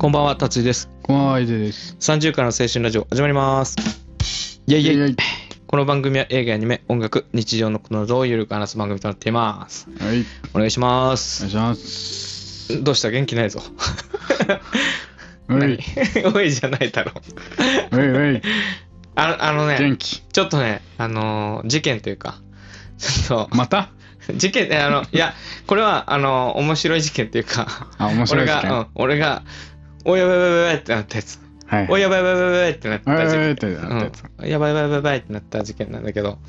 こんばんは、達井です。 こんばんは、いでです。 30からの青春ラジオ始まります。イェイイェイ。この番組は映画、アニメ、音楽、日常のことなどをゆるく話す番組となっています。 はい。 お願いします。 お願いします。 どうした？元気ないぞ。 おい。 おいじゃないだろ。 おいおい。 あのね、 元気。 ちょっとね、事件というか、ちょっと、 また事件、いや、これは、面白い事件っていうか、 面白い事件。 俺が、おやばいやばいやばいってなったやつ。 はい。 おやばいやばいやばいってなった事件。やばいやばいやばいってなった事件なんだけど、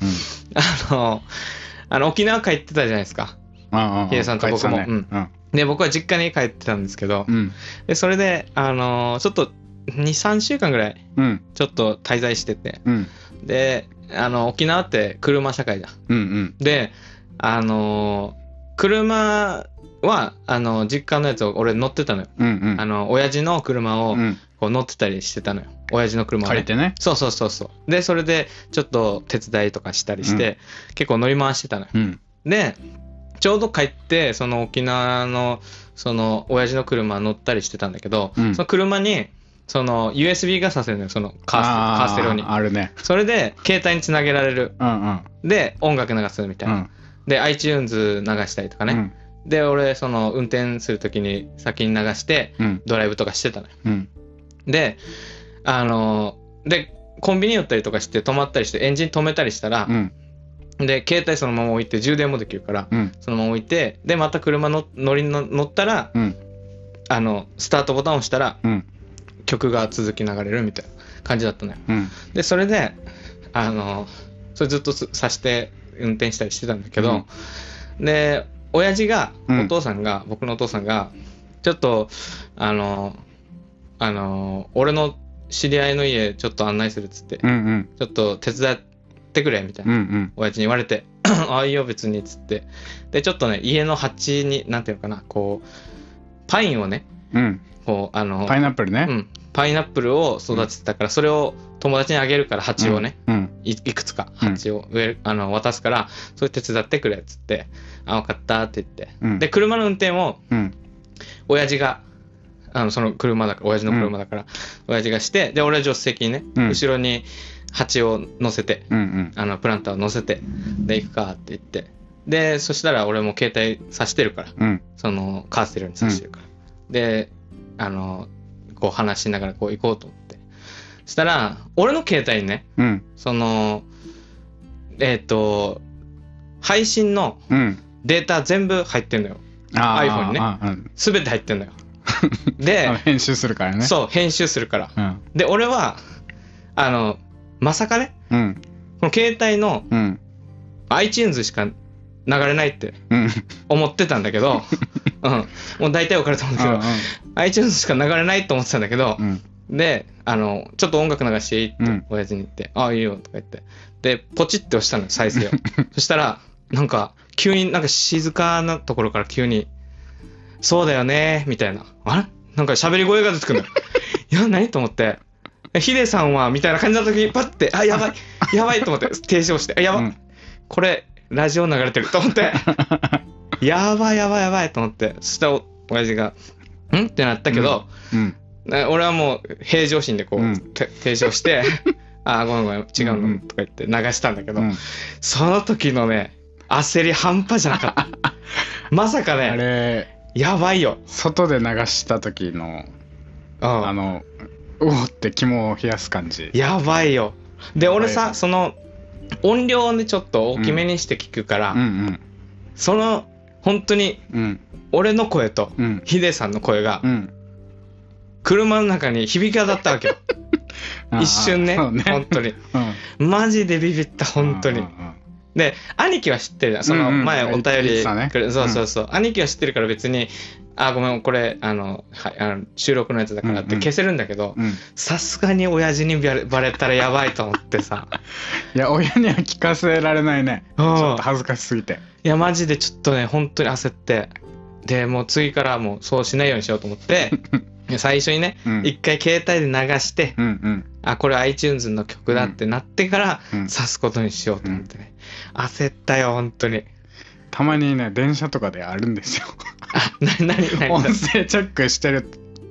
沖縄帰ってたじゃないですか。ヒデさんと僕も。で、僕は実家に帰ってたんですけど、で、それで、ちょっと、2、3週間ぐらい、ちょっと滞在してて、で、沖縄って車社会じゃん。で、車は実家のやつを俺乗ってたのよ。親父の車をこう乗ってたりしてたのよ。親父の車を、 借りてね。 そう。で、それでちょっと手伝いとかしたりして、結構乗り回してたのよ。で、ちょうど帰ってその沖縄のその親父の車乗ったりしてたんだけど、その車にその USB がさせるのよ、そのカーステレオに。 あるね。 それで携帯につなげられる。で、音楽流すみたいな。で、iTunes 流したりとかね。で、俺、その運転するときに先に流して、ドライブとかしてたのよ。で、コンビニ寄ったりとかして止まったりしてエンジン止めたりしたら、で、携帯そのまま置いて充電もできるから、そのまま置いて、で、また車乗ったら、スタートボタンを押したら、曲が続き流れるみたいな感じだったのよ。で、それで、それずっとさして運転したりしてたんだけど、で、親父が、僕のお父さんが、ちょっと、俺の知り合いの家ちょっと案内するっつって、ちょっと手伝ってくれみたいな、親父に言われて、ああいいよ別にっつって、で、ちょっとね、家の鉢に、なんていうのかな、こう、パインをね、こう、 パイナップルね。 パイナップルを育ててたから、それを友達にあげるから鉢をね、いくつか鉢を渡すから、それ手伝ってくれっつって、あ、分かったって言って、で、車の運転を、親父が、その車だから、親父の車だから、親父がして、で、俺は助手席にね、後ろに鉢を乗せて、プランターを乗せて、で、行くかって言って、で、そしたら俺も携帯挿してるから、そのカーステレオに挿してるから、で、こう話しながらこう行こうと思って。そしたら、俺の携帯にね、その、配信のデータ全部入ってんのよ。iPhone にね。すべて入ってんのよ。で、 編集するからね。 そう、編集するから。で、俺は、まさかね、この携帯の iTunes しか流れないって思ってたんだけど、もう大体分かると思うんだけど、iTunes しか流れないと思ってたんだけど、で、ちょっと音楽流していいって親父に言って、ああ、いいよとか言って、で、ポチって押したのよ、再生を。そしたら、なんか、急になんか静かなところから急に、そうだよねみたいな。あれなんか喋り声が出てくるのよ。いや、何と思って、ヒデさんはみたいな感じの時にパッて、あ、やばいと思って、停止をして、やばい、これ、ラジオ流れてると思って、やばいと思って、そしたら親父が、んってなったけど、俺はもう平常心でこう、停止をして、あ、ごめん違うのとか言って流したんだけど、その時のね、焦り半端じゃなかった。まさかね、あれ、やばいよ。 外で流した時の、うおって肝を冷やす感じ。 やばいよ。で、俺さ、その、音量をね、ちょっと大きめにして聞くから、その、本当に、俺の声と、ヒデさんの声が、車の中に響き渡ったわけよ。一瞬ね、本当に。マジでビビった、本当に。で、兄貴は知ってるじゃん。その前お便りくる。そう。兄貴は知ってるから別に、あ、ごめん、これ、収録のやつだからって消せるんだけど、さすがに親父にバレたらやばいと思ってさ。 いや、親には聞かせられないね。ちょっと恥ずかしすぎて。 いや、マジでちょっとね、本当に焦って。で、もう次からもうそうしないようにしようと思って、最初にね、一回携帯で流して、あ、これ iTunes の曲だってなってから挿すことにしようと思ってね。焦ったよ、本当に。 たまにね、電車とかであるんですよ。 あ、何音声チェックしてる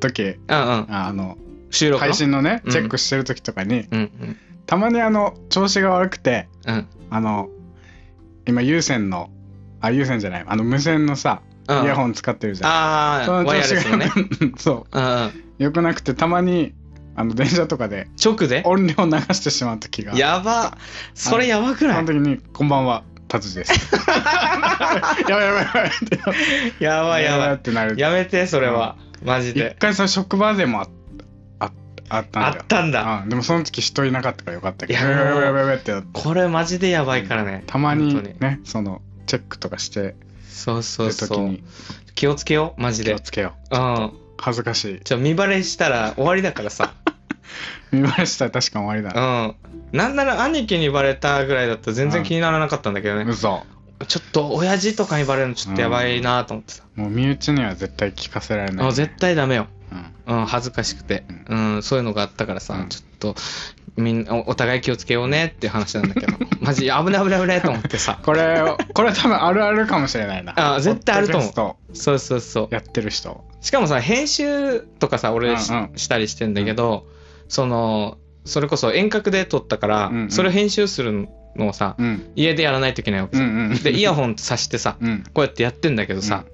時、 収録配信のねチェックしてる時とかに、 うんうん、 たまに調子が悪くて、 うん、 今有線じゃない、無線のさ、イヤホン使ってるじゃん。 ああ、ワイヤレスのね。 そう、よくなくて、たまに電車とかで直で音量流してしまう時が。 やば、それやばくない？ その時にこんばんは達治です。やばいやばいってなる。 やめてそれは、マジで。 一回その職場でもあったんだよ。 あったんだ。 でもその時人いなかったからよかったけど。やばいってなって。 これマジでやばいからね。 たまにね、そのチェックとかしてそう気をつけよう、マジで。 気をつけよう。恥ずかしい。 見バレしたら終わりだからさ。 見バレしたら確かに終わりだ。 なんなら兄貴にバレたぐらいだったら全然気にならなかったんだけどね。 嘘。 ちょっと親父とかにバレるのちょっとやばいなと思ってさ。 もう身内には絶対聞かせられない、ね。 絶対ダメよ。恥ずかしくて、そういうのがあったからさ、ちょっとみんなお互い気をつけようねっていう話なんだけど、マジ危ないと思ってさ。 これ多分あるあるかもしれないな。 絶対あると思う。そうやってる人。 しかもさ、編集とかさ、俺したりしてんだけど、それこそ遠隔で撮ったから、それを編集するのをさ、家でやらないといけないわけさ。でイヤホンさしてさ、こうやってやってんだけどさ、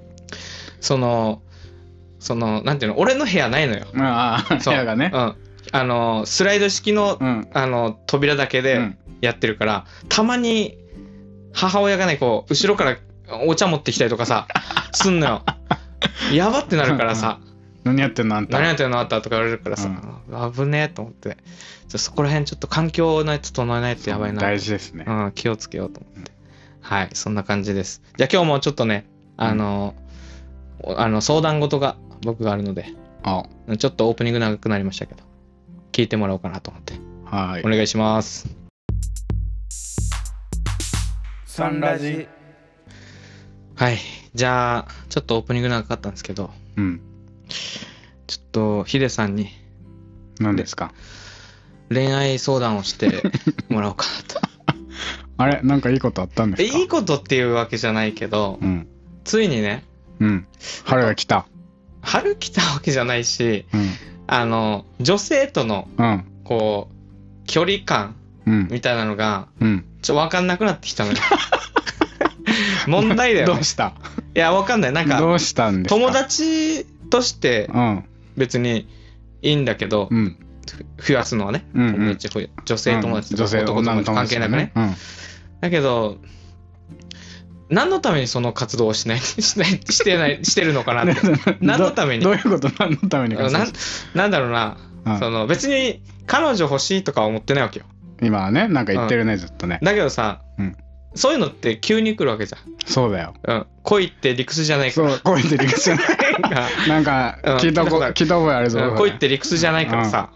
なんていうの、俺の部屋ないのよ。 部屋がね。 スライド式の、扉だけでやってるから、たまに母親がね、こう後ろからお茶持ってきたりとかさすんのよ。やばってなるからさ。 何やってんのあんたとか言われるからさ、危ねえと思って、そこら辺ちょっと環境のやつ整えないとやばいな。 大事ですね。 気をつけようと思って。はい、そんな感じです。じゃあ今日もちょっとね、相談事が僕があるので、ちょっとオープニング長くなりましたけど、聞いてもらおうかなと思って。 はい。 お願いします。 サンラジ。 はい。じゃあちょっとオープニング長かったんですけど、ちょっとヒデさんに何ですか？ 恋愛相談をしてもらおうかなと。 あれ、なんかいいことあったんですか？ いいことっていうわけじゃないけど、ついにね、 春が来た。 春来たわけじゃないし、女性とのこう距離感みたいなのがちょっと分かんなくなってきたのよ。問題だよね。 どうした？ いや、分かんない。なんかどうしたんですか？ 友達として別にいいんだけど、増やすのはね、友達、女性友達とか男友達関係なくね。だけど何のためにその活動をしてるのかなって。何のために？ どういうこと？何のために？ なんだろうな。別に彼女欲しいとかは思ってないわけよ。 今はね、なんか言ってるね、ずっとね。 だけどさ、そういうのって急に来るわけじゃん。 そうだよ。 恋って理屈じゃないから。 そう、恋って理屈じゃない。なんか聞いた覚えあるぞ。 恋って理屈じゃないからさ。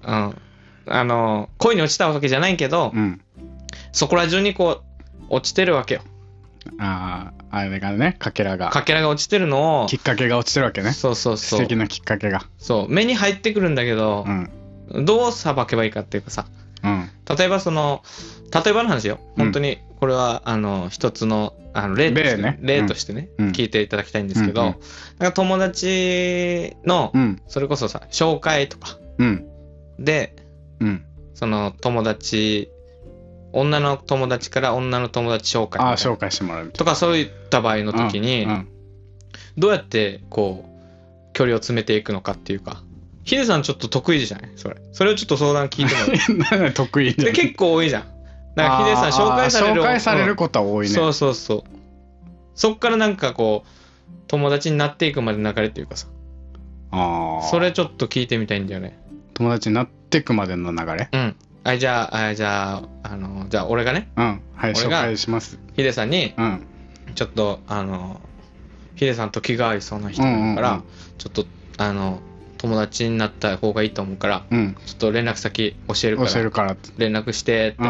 恋に落ちたわけじゃないけど、そこら中にこう落ちてるわけよ。 あれがね、かけらが落ちてるのを、 きっかけが落ちてるわけね。 そう素敵なきっかけが。 そう、目に入ってくるんだけど、どうさばけばいいかっていうかさ、例えばの話よ。本当にこれは一つの例としてね、聞いていただきたいんですけど、なんか友達のそれこそさ、紹介とかで、その友達、女の友達から女の友達紹介紹介してもらうとか、そういった場合の時にどうやってこう距離を詰めていくのかっていうか。ヒデさんちょっと得意じゃない？それをちょっと相談聞いてもらう。 得意じゃん。 結構多いじゃん。だからヒデさん紹介されることは多いね。 そう。そっからなんかこう友達になっていくまでの流れっていうかさ。それちょっと聞いてみたいんだよね。 友達になっていくまでの流れ？ じゃあ俺がね。 はい、紹介します。 ヒデさんにちょっとヒデさんと気が合いそうな人がいるから、ちょっと友達になった方がいいと思うから、ちょっと連絡先教えるから連絡してって、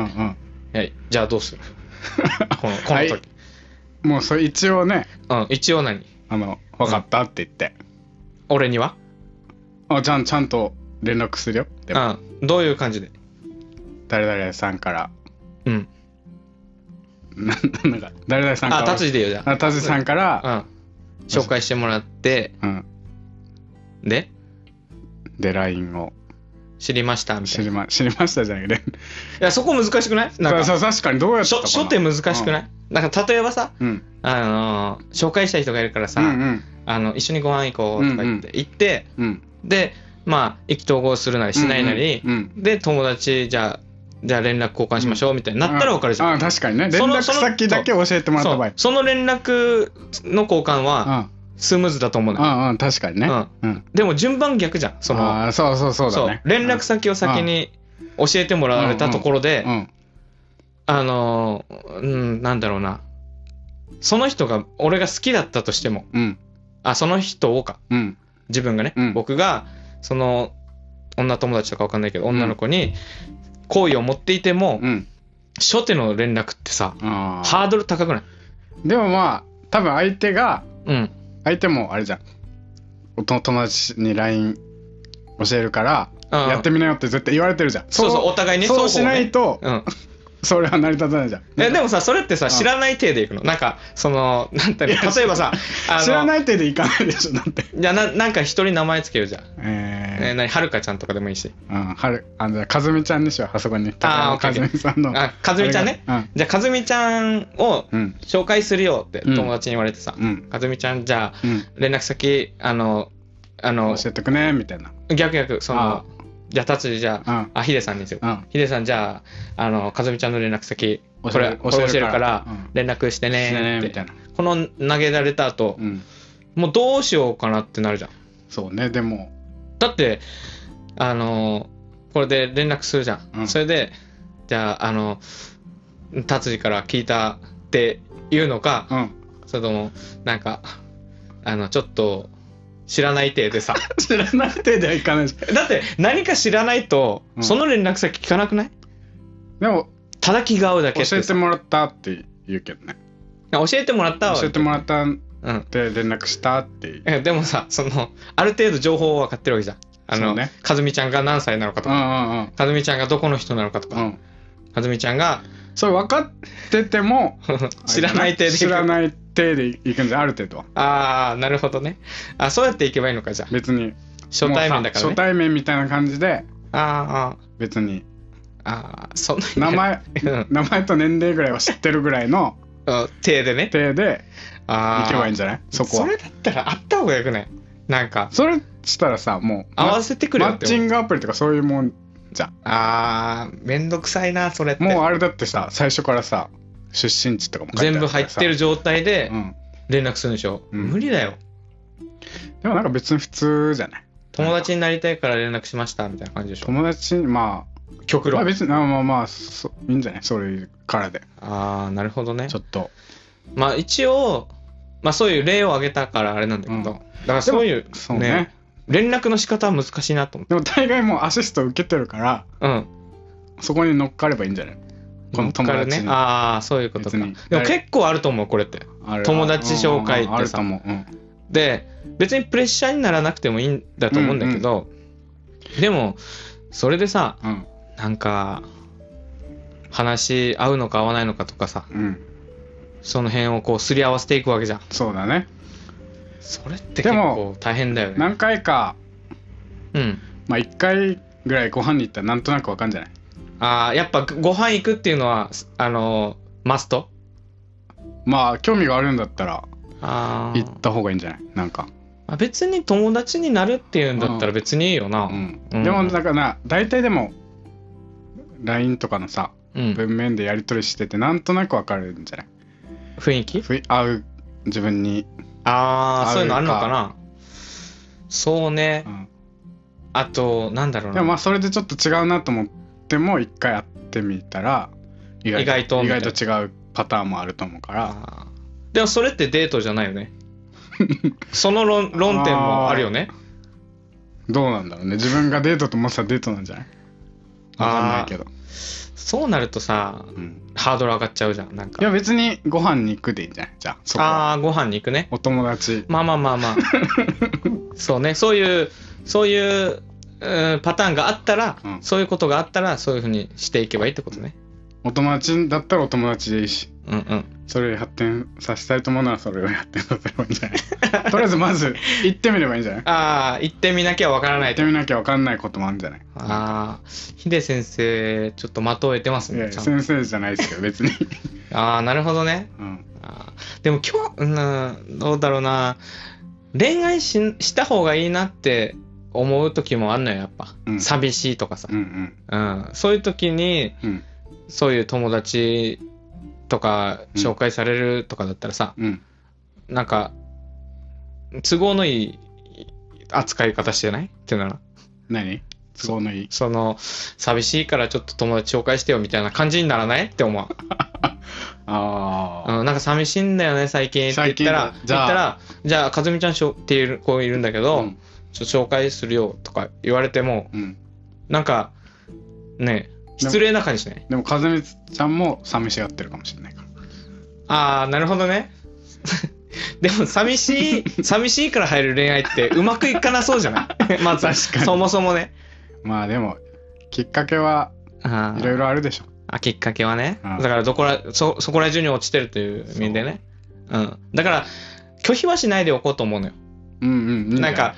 じゃあどうする？この時、 もうそれ一応ね、 一応何？ 分かったって言って、 俺にはちゃんと連絡するよ。 でもどういう感じで？ 誰々さんからなんか誰々さんから達治でいいよ。じゃあ達治さんから紹介してもらって、 で LINE を知りましたみたいな。 知りましたじゃないけど。いや、そこ難しくない？なんかそう確かにどうやったかな。 初手難しくない？なんか例えばさ、紹介したい人がいるからさ、一緒にご飯行こうとか言って行って、でまあ意気投合するなりしないなり、で友達じゃあ連絡交換しましょうみたいになったら分かるじゃん。 確かにね。連絡先だけ教えてもらった場合、 その連絡の交換はスムーズだと思うの。 確かにね。 でも順番逆じゃん。そうだね。 連絡先を先に教えてもらわれたところで、なんだろうな、その人が俺が好きだったとしても、その人をか、自分がね、僕がその女友達とか分かんないけど、女の子に好意を持っていても、初手の連絡ってさ、ハードル高くない？ でもまあ多分相手もあれじゃん、友達に LINE 教えるからやってみなよって絶対言われてるじゃん。 そうお互いにそうしないと、それは成り立たないじゃん。 でもさ、それってさ、知らない体でいくの？なんかそのなんていうの、例えばさ、 知らない体でいかないでしょ。だってじゃあなんか一人名前つけるじゃん。はるかちゃんとかでもいいし、 かずみちゃんにしよう。あそこにかずみさんのかずみちゃんね。じゃあかずみちゃんを紹介するよって友達に言われてさ、かずみちゃんじゃあ連絡先教えてくねみたいな。 逆そのじゃあ達治じゃあヒデさんにする。ヒデさんじゃあかずみちゃんの連絡先これ教えるから連絡してねって、この投げられた後、もうどうしようかなってなるじゃん。 そうね。でもだってこれで連絡するじゃん。それでじゃあ達治から聞いたっていうのか、それともなんかちょっと知らない体でさ知らない体ではいかないし。 だって何か知らないとその連絡先聞かなくない？ でもただ気が合うだけって教えてもらったって言うけどね。 教えてもらったって連絡したってでもさ、ある程度情報は分かってるわけじゃん。かずみちゃんが何歳なのかとか、かずみちゃんがどこの人なのかとか、かずみちゃんがそれ分かってても知らない体で行くんじゃ、ある程度は。なるほどね。そうやっていけばいいのか。じゃあ別に初対面だからね。 初対面みたいな感じで、別にそんな名前と年齢ぐらいは知ってるぐらいの手で行けばいいんじゃない？そこは。 それだったらあった方がよくない？なんかそれしたらさ、もう合わせてくれよマッチングアプリとかそういうもんじゃん。 めんどくさいなそれって。 もうあれだってさ、最初からさ出身地とかも全部入ってる状態で連絡するんでしょ。無理だよ。 でもなんか別に普通じゃない？ 友達になりたいから連絡しましたみたいな感じでしょ。 友達極論。 別にいいんじゃない？それからで。 なるほどね。 ちょっと一応そういう例を挙げたからあれなんだけど、だからそういうね、連絡の仕方は難しいなと思って。 でも大概もうアシスト受けてるから、そこに乗っかればいいんじゃない？この友達に。 そういうことか。でも結構あると思うこれって。友達紹介ってさ。で別にプレッシャーにならなくてもいいんだと思うんだけど、でもそれでさ、なんか話合うのか合わないのかとかさ、その辺をこうすり合わせていくわけじゃん。 そうだね。 それって結構大変だよね。 何回か1回ぐらいご飯に行ったらなんとなく分かんじゃない？ やっぱご飯行くっていうのはマスト？ 興味があるんだったら行った方がいいんじゃない？なんか別に友達になるっていうんだったら別にいいよな。 でもだから大体でも LINE とかのさ、文面でやり取りしててなんとなく分かるんじゃない？ 雰囲気？ 自分にそういうのあるのかな。そうね。あとなんだろうな。 でもそれでちょっと違うなと思っても一回会ってみたら意外と違うパターンもあると思うから。 でもそれってデートじゃないよね。その論点もあるよね。 どうなんだろうね。自分がデートと思ってたらデートなんじゃない？分かんないけど。 そうなるとさ、ハードル上がっちゃうじゃん。なんかいや別にご飯に行くでいいんじゃない？じゃあそこはご飯に行くね。 お友達。 そうね。そういうパターンがあったら、そういうことがあったらそういうふうにしていけばいいってことね。 お友達だったらお友達でいいし。 うんうん。 それ発展させたいと思うならそれを発展させればいいんじゃないとりあえずまず行ってみればいいんじゃない？ ああ、行ってみなきゃわからない。 行ってみなきゃわかんないこともあるんじゃない？ ああ、ヒデ先生ちょっと的を得てますね。 いや先生じゃないですけど別にああ、なるほどね。 うん。 でもどうだろうな。恋愛した方がいいなって思う時もあるのよ、やっぱ。 うん、 寂しいとかさ。 うんうん。 そういう時に、うん、そういう友達とか紹介されるとかだったらさ、うん、なんか、都合のいい扱い方してないっていうのは。 何？都合のいい？ 寂しいからちょっと友達紹介してよみたいな感じにならないって思う。 ああ、 なんか寂しいんだよね最近って言ったらじゃあかずみちゃんっていう子いるんだけど、うん、ちょっと紹介するよとか言われても、うん、なんかね失礼な感じしない？ でもかずみちゃんも寂しがってるかもしれないから。 ああ、なるほどね。でも寂しいから入る恋愛ってうまくいかなそうじゃないまず確かにそもそもね。 まあでもきっかけはいろいろあるでしょ。 きっかけはね。だからそこら中に落ちてるという意味でね。うん。だから拒否はしないでおこうと思うのよ。 うんうん。 なんか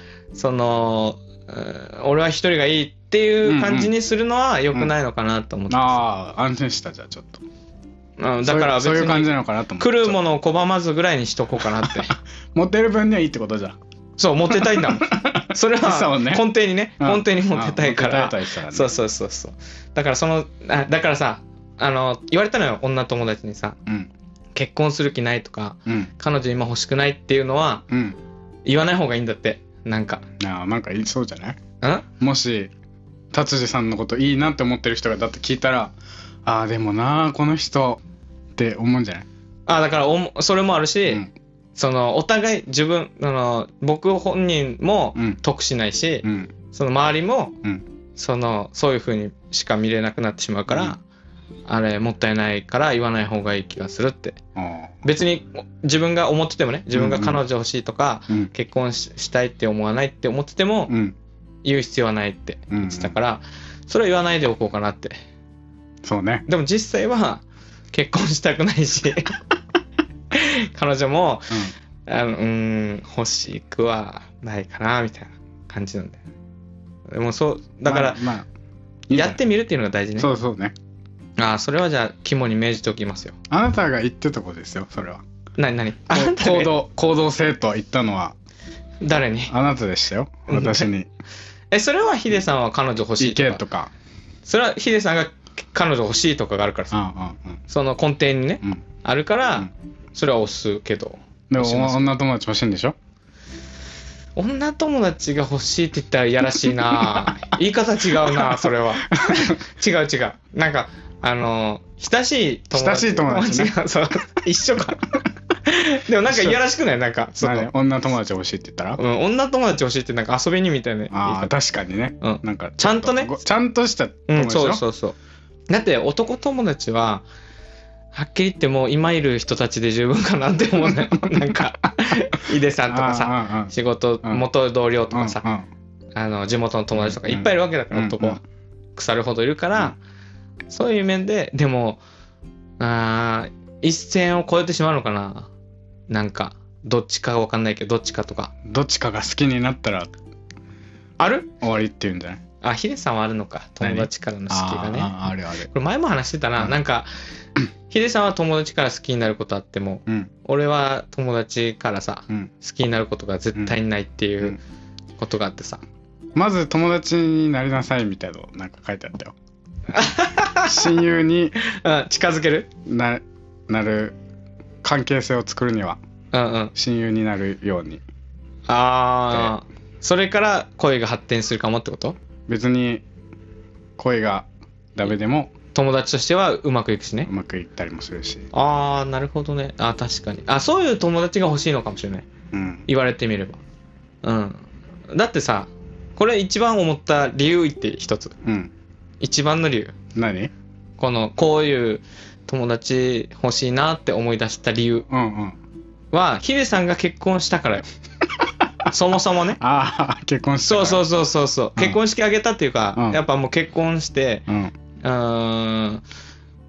俺は一人がいいっていう感じにするのは良くないのかなと思って、 ああ、安心した。じゃあちょっと。 だから別にそういう感じなのかなと思って。 来るものを拒まずぐらいにしとこうかなって。 持ってる分にはいいってことじゃ。 そう持ってたいんだもん。それは根底にね、根底に持ってたいから。そう。だからだからさ言われたのよ女友達にさ、結婚する気ないとか、彼女今欲しくないっていうのは言わない方がいいんだって。なんか言いそうじゃない？もし達治さんのこといいなって思ってる人がだって聞いたら、でもなこの人って思うんじゃない？ だからそれもあるし、お互い僕本人も得しないし、その周りも、そういう風にしか見れなくなってしまうから、あれもったいないから言わない方がいい気がするって。別に自分が思っててもね、自分が彼女欲しいとか、結婚したいって思わないって思ってても、言う必要はないって言ってたから、それは言わないでおこうかなって。 そうね。 でも実際は結婚したくないし彼女も、欲しくはないかなみたいな感じなんだよ。でもだから、やってみるっていうのが大事ね。 そうね。 それはじゃあ肝に銘じておきますよ。 あなたが言ってたことですよ、それは。 何？ 行動せと言ったのは誰に？ あなたでしたよ、私に。 それはヒデさんは彼女欲しいとか。それはヒデさんが彼女欲しいとかがあるからさ、その根底にね、あるから、それは押すけど。 でも女友達欲しいんでしょ？ 女友達が欲しいって言ったらいやらしいな。言い方違うな、それは。違う。なんか親しい友達がそう一緒か。でもなんかいやらしくない？なんか女友達欲しいって言ったら、 女友達欲しいってなんか遊びにみたいな。確かにね。なんかちゃんとね、 ちゃんとした友達。 そう。だって男友達ははっきり言ってもう今いる人たちで十分かなって思うね。なんか井出さんとかさ、仕事元同僚とかさ、地元の友達とかいっぱいいるわけだから、男は腐るほどいるから、そういう面ででも一線を越えてしまうのかな。なんかどっちか分かんないけど、どっちかが好きになったらある終わりっていうんじゃない？ ヒデさんはあるのか、友達からの好きがね。 ある。 これ前も話してたな。なんかヒデさんは友達から好きになることあっても、俺は友達からさ、好きになることが絶対にないっていうことがあってさ、 まず友達になりなさいみたいなのなんか書いてあったよ。親友に近づけるなる関係性を作るには、親友になるように。 それから恋が発展するかもってこと？ 別に恋がダメでも友達としてはうまくいくしね。 うまくいったりもするし。 なるほどね。確かに。そういう友達が欲しいのかもしれない。言われてみれば。だってさ、これ一番思った理由言って一つ。一番の理由。 何？ こういう友達欲しいなって思い出した理由は、ヒデさんが結婚したからよ。そもそもね。 結婚してから。 そう。結婚式あげたっていうか、やっぱもう結婚して、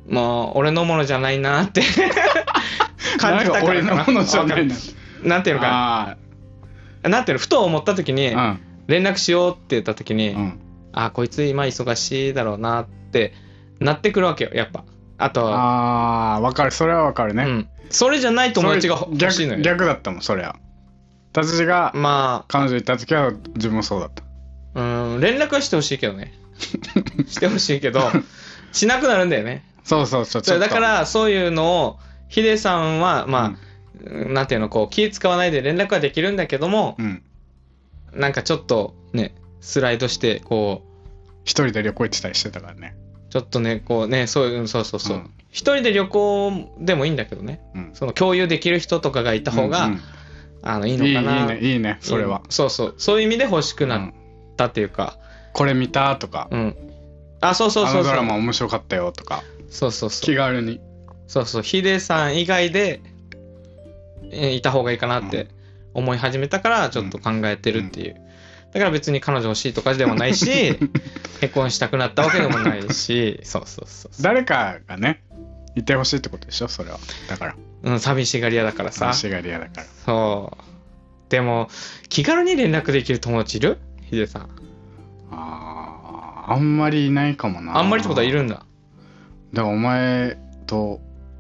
もう俺のものじゃないなって感じたからかな。 俺のものじゃないな。 なんていうのかな。なんていうの、ふと思った時に、連絡しようって言った時に、こいつ今忙しいだろうなってなってくるわけよ、やっぱ。あとは。わかる、それはわかるね。 それじゃない友達が欲しいのよ。 逆だったもん、それは。達治が彼女いた時は自分もそうだった。 連絡はしてほしいけどね。してほしいけど、しなくなるんだよね。 そうだからそういうのをヒデさんはなんていうの、こう気使わないで連絡はできるんだけども、なんかちょっとねスライドしてこう一人で旅行行ってたりしてたからね。 ちょっとねこうねそう一人で旅行でもいいんだけどね、その共有できる人とかがいた方が、いいのかな。 いいねそれは。 そういう意味で欲しくなったっていうか、 これ見たとか、 そうあのドラマ面白かったよとか、気軽に、 ヒデさん以外でいた方がいいかなって思い始めたからちょっと考えてるっていう。だから別に彼女欲しいとかでもないし結婚したくなったわけでもないし誰かがねいてほしいってことでしょ、それは。だから、 寂しがり屋だからさ。 寂しがり屋だから。 そうでも気軽に連絡できる友達いる？ヒデさん。 あんまりいないかもな。 あんまりってことはいるんだ。 だからお前と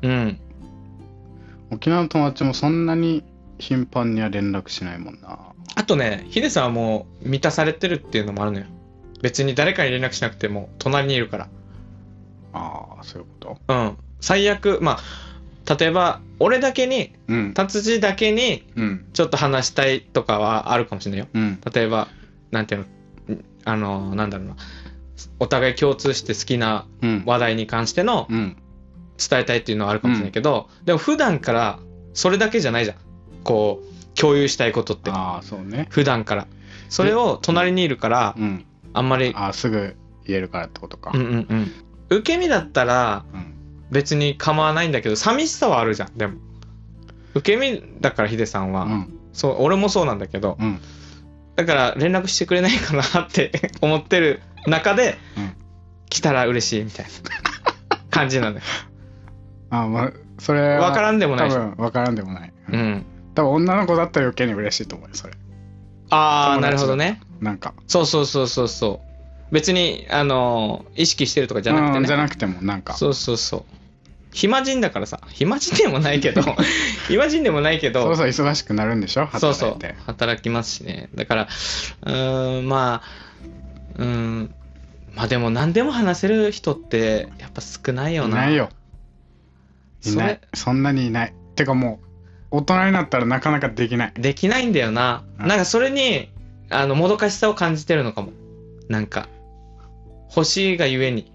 沖縄の友達もそんなに頻繁には連絡しないもんな。 あとね、ヒデさんはもう満たされてるっていうのもあるのよ。別に誰かに連絡しなくても隣にいるから。 そういうこと。 最悪例えば俺だけに、達治だけにちょっと話したいとかはあるかもしれないよ。例えばなんていうの、なんだろうな、お互い共通して好きな話題に関しての伝えたいっていうのはあるかもしれないけど、でも普段からそれだけじゃないじゃん。こう共有したいことって。 そうね。 普段からそれを隣にいるから、あんまりすぐ言えるからってことか。 受け身だったら別に構わないんだけど、寂しさはあるじゃん。でも受け身だからヒデさんは、俺もそうなんだけど、だから連絡してくれないかなって思ってる中で、来たら嬉しいみたいな感じなんだよ。 それは分からんでもないし。 多分分からんでもない。多分女の子だったら余計に嬉しいと思うよ、それ。 なるほどね。 なんかそう別に意識してるとかじゃなくてね。 じゃなくてもなんか暇人だからさ。暇人でもないけど暇人でもないけど忙しくなるんでしょ、働いて。 働きますしね。だからでも何でも話せる人ってやっぱ少ないよな。 いないよ。いない。そんなにいない。てかもう大人になったらなかなかできないんだよな。なんかそれにもどかしさを感じてるのかも。なんか欲しいがゆえに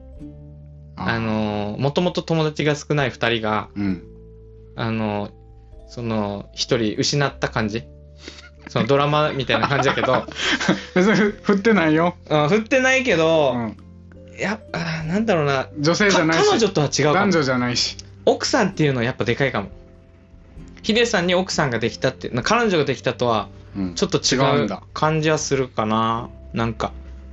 もともと友達が少ない2人が、その1人失った感じ。そのドラマみたいな感じだけど別に振ってないよ。 振ってないけど、なんだろうな、 女性じゃないし彼女とは違うかも。 男女じゃないし奥さんっていうのはやっぱでかいかも。ヒデさんに奥さんができたって、彼女ができたとはちょっと違う感じはするかな。なんか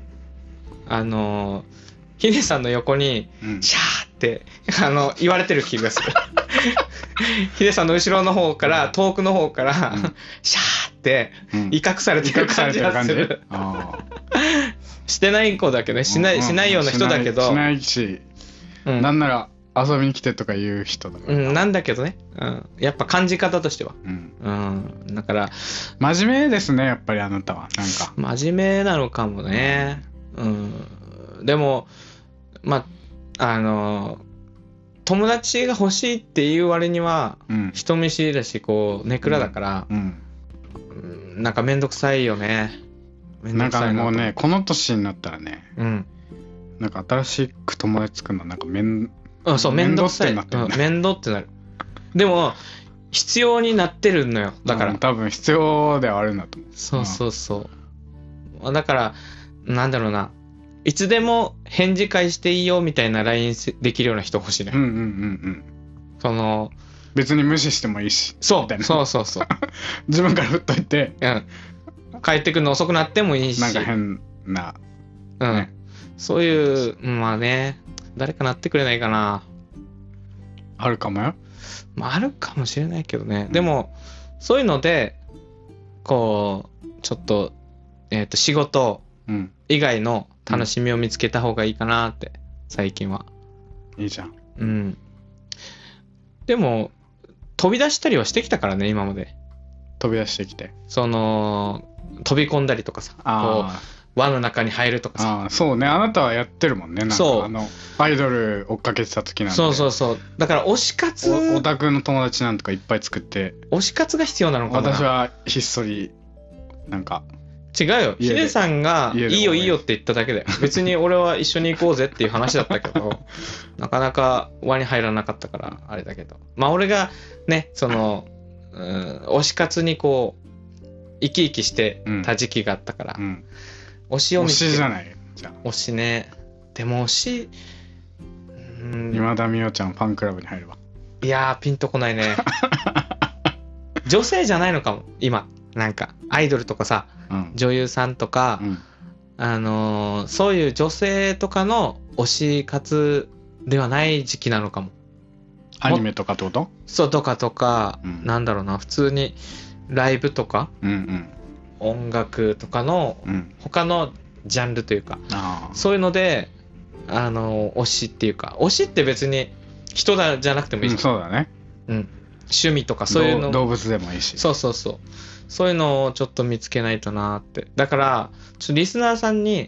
ヒデさんの横にシャーって言われてる気がするヒデさんの後ろの方から遠くの方からシャーって威嚇されてる感じがするしてない子だけどね、しないような人だけど、 しないし、なんなら遊びに来てとか言う人だから、 なんだけどね、やっぱ感じ方としては、だから真面目ですね、やっぱりあなたは。なんか真面目なのかもね。でも友達が欲しいっていう割には、人見知りだしこうネクラだから、なんかめんどくさいよね。 なんかもうね、この年になったらね、なんか新しく友達作るのなんかめんどくさい、 面倒ってなる。でも必要になってるのよ。だから多分必要ではあるんだと思う。 そうだからなんだろうな、いつでも返事返していいよみたいな LINE できるような人欲しいね。その別に無視してもいいし。 そう自分から振っといて、 帰ってくるの遅くなってもいいし、 なんか変な、 そういう誰かなってくれないかな。 あるかもよ。 まああるかもしれないけどね、でもそういうのでこうちょっと、仕事以外の楽しみを見つけた方がいいかなって最近は。 いいじゃん。 うん。でも飛び出したりはしてきたからね、今まで。 飛び出してきて、 その飛び込んだりとかさ、こう輪の中に入るとかさ。 そうね、あなたはやってるもんね。なんかそうアイドル追っかけてた時なんで。 そうだから推し活、 オタクの友達なんとかいっぱい作って、 推し活が必要なのかな。 私はひっそりなんか。 違うよ、ヒデさんがいいよいいよって言っただけだよ。別に俺は一緒に行こうぜっていう話だったけどなかなか輪に入らなかったからあれだけど、まあ俺がねその推し活にこう生き生きしてた時期があったから、推しを見つける。 推しじゃないじゃん。 推しね。でも推し、 今田美桜ちゃんファンクラブに入れば。 いやーピンとこないね女性じゃないのかも今。なんかアイドルとかさ、女優さんとか、そういう女性とかの推し活ではない時期なのかも。 アニメとかってこと？ そうとか、なんだろうな、普通にライブとか、音楽とかの、他のジャンルというか、そういうので推しっていうか、推しって別に人じゃなくてもいいじゃん。 そうだね。 趣味とかそういうの、 動物でもいいし。 そういうのをちょっと見つけないとなって。だからちょっとリスナーさんに、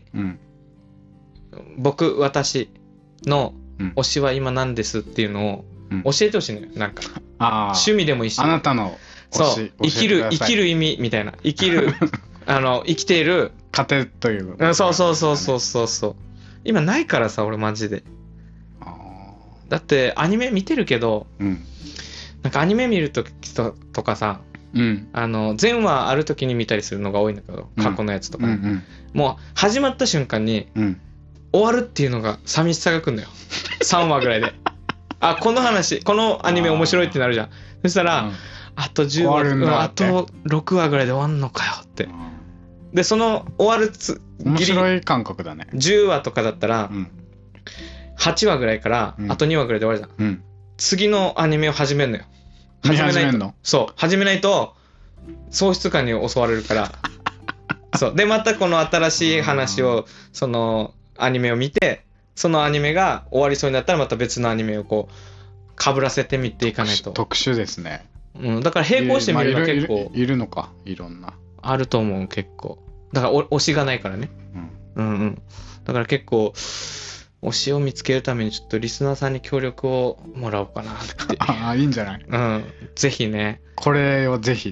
私の推しは今何ですっていうのを教えてほしいのよ。なんか趣味でもいいし、 あなたのそう生きる意味みたいな、生きる生きている糧という、 そう今ないからさ、俺マジで。だってアニメ見てるけど、なんかアニメ見るときとかさ、前話ある時に見たりするのが多いんだけど、過去のやつとか、もう始まった瞬間に、終わるっていうのが寂しさがくんだよ3話ぐらいでこのアニメ面白いってなるじゃん。そしたら、あと10話、あと6話ぐらいで終わんのかよって。でその終わる面白い感覚だね。 10話とかだったら、8話ぐらいから、あと2話ぐらいで終わるじゃん、次のアニメを始めるのよ。始めないと喪失感に襲われるからそうで、またこの新しい話を、そのアニメを見て、そのアニメが終わりそうになったらまた別のアニメをこうかぶらせてみていかないと。 特殊ですね。 だから並行して見るのは結構いるのか、いろんなあると思う。結構だから推しがないからね。だから結構推しを見つけるためにちょっとリスナーさんに協力をもらおうかなっていいんじゃない？ ぜひね、 これをぜひって、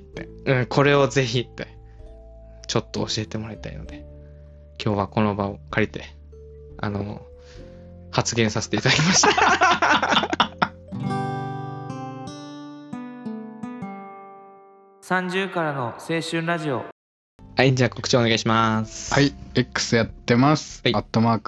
これをぜひってちょっと教えてもらいたいので、今日はこの場を借りて発言させていただきました30からの青春ラジオ。はい、じゃあ告知お願いします。 はい、X やってます。@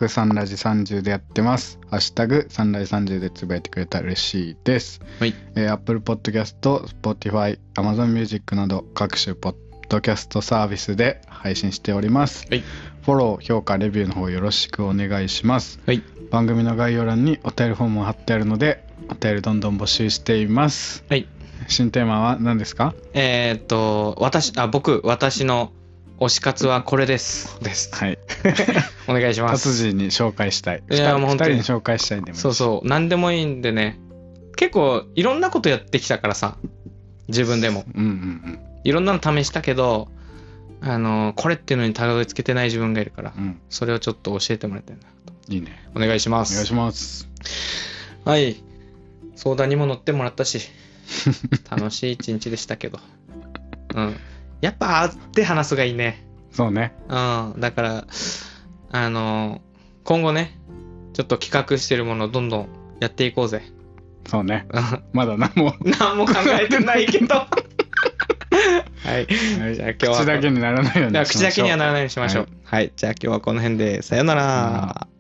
サンラジ30でやってます。ハッシュタグサンラジ30でつぶやいてくれたら嬉しいです。Apple Podcast、Spotify、Amazon Music など各種ポッドキャストサービスで配信しております。フォロー、評価、レビューの方よろしくお願いします。番組の概要欄にお便りフォームを貼ってあるので、お便りどんどん募集しています。新テーマは何ですか？ 私の推し活はこれですはい。お願いします。 達人に紹介したい。2人に紹介したいんでもいいし。 何でもいいんでね。結構いろんなことやってきたからさ、自分でも、いろんなの試したけど、これっていうのにたどり着けてない自分がいるから、それをちょっと教えてもらいたいなと。 いいね。 お願いします。 お願いします。 はい。相談にも乗ってもらったし楽しい一日でしたけど、やっぱ会って話すがいいね。 そうね。 だから今後ね、ちょっと企画してるものをどんどんやっていこうぜ。 そうね。まだ何も考えてないけどはい、じゃあ今日は口だけにならないようにしましょう。 口だけにはならないようにしましょう。はい、じゃあ今日はこの辺でさよなら。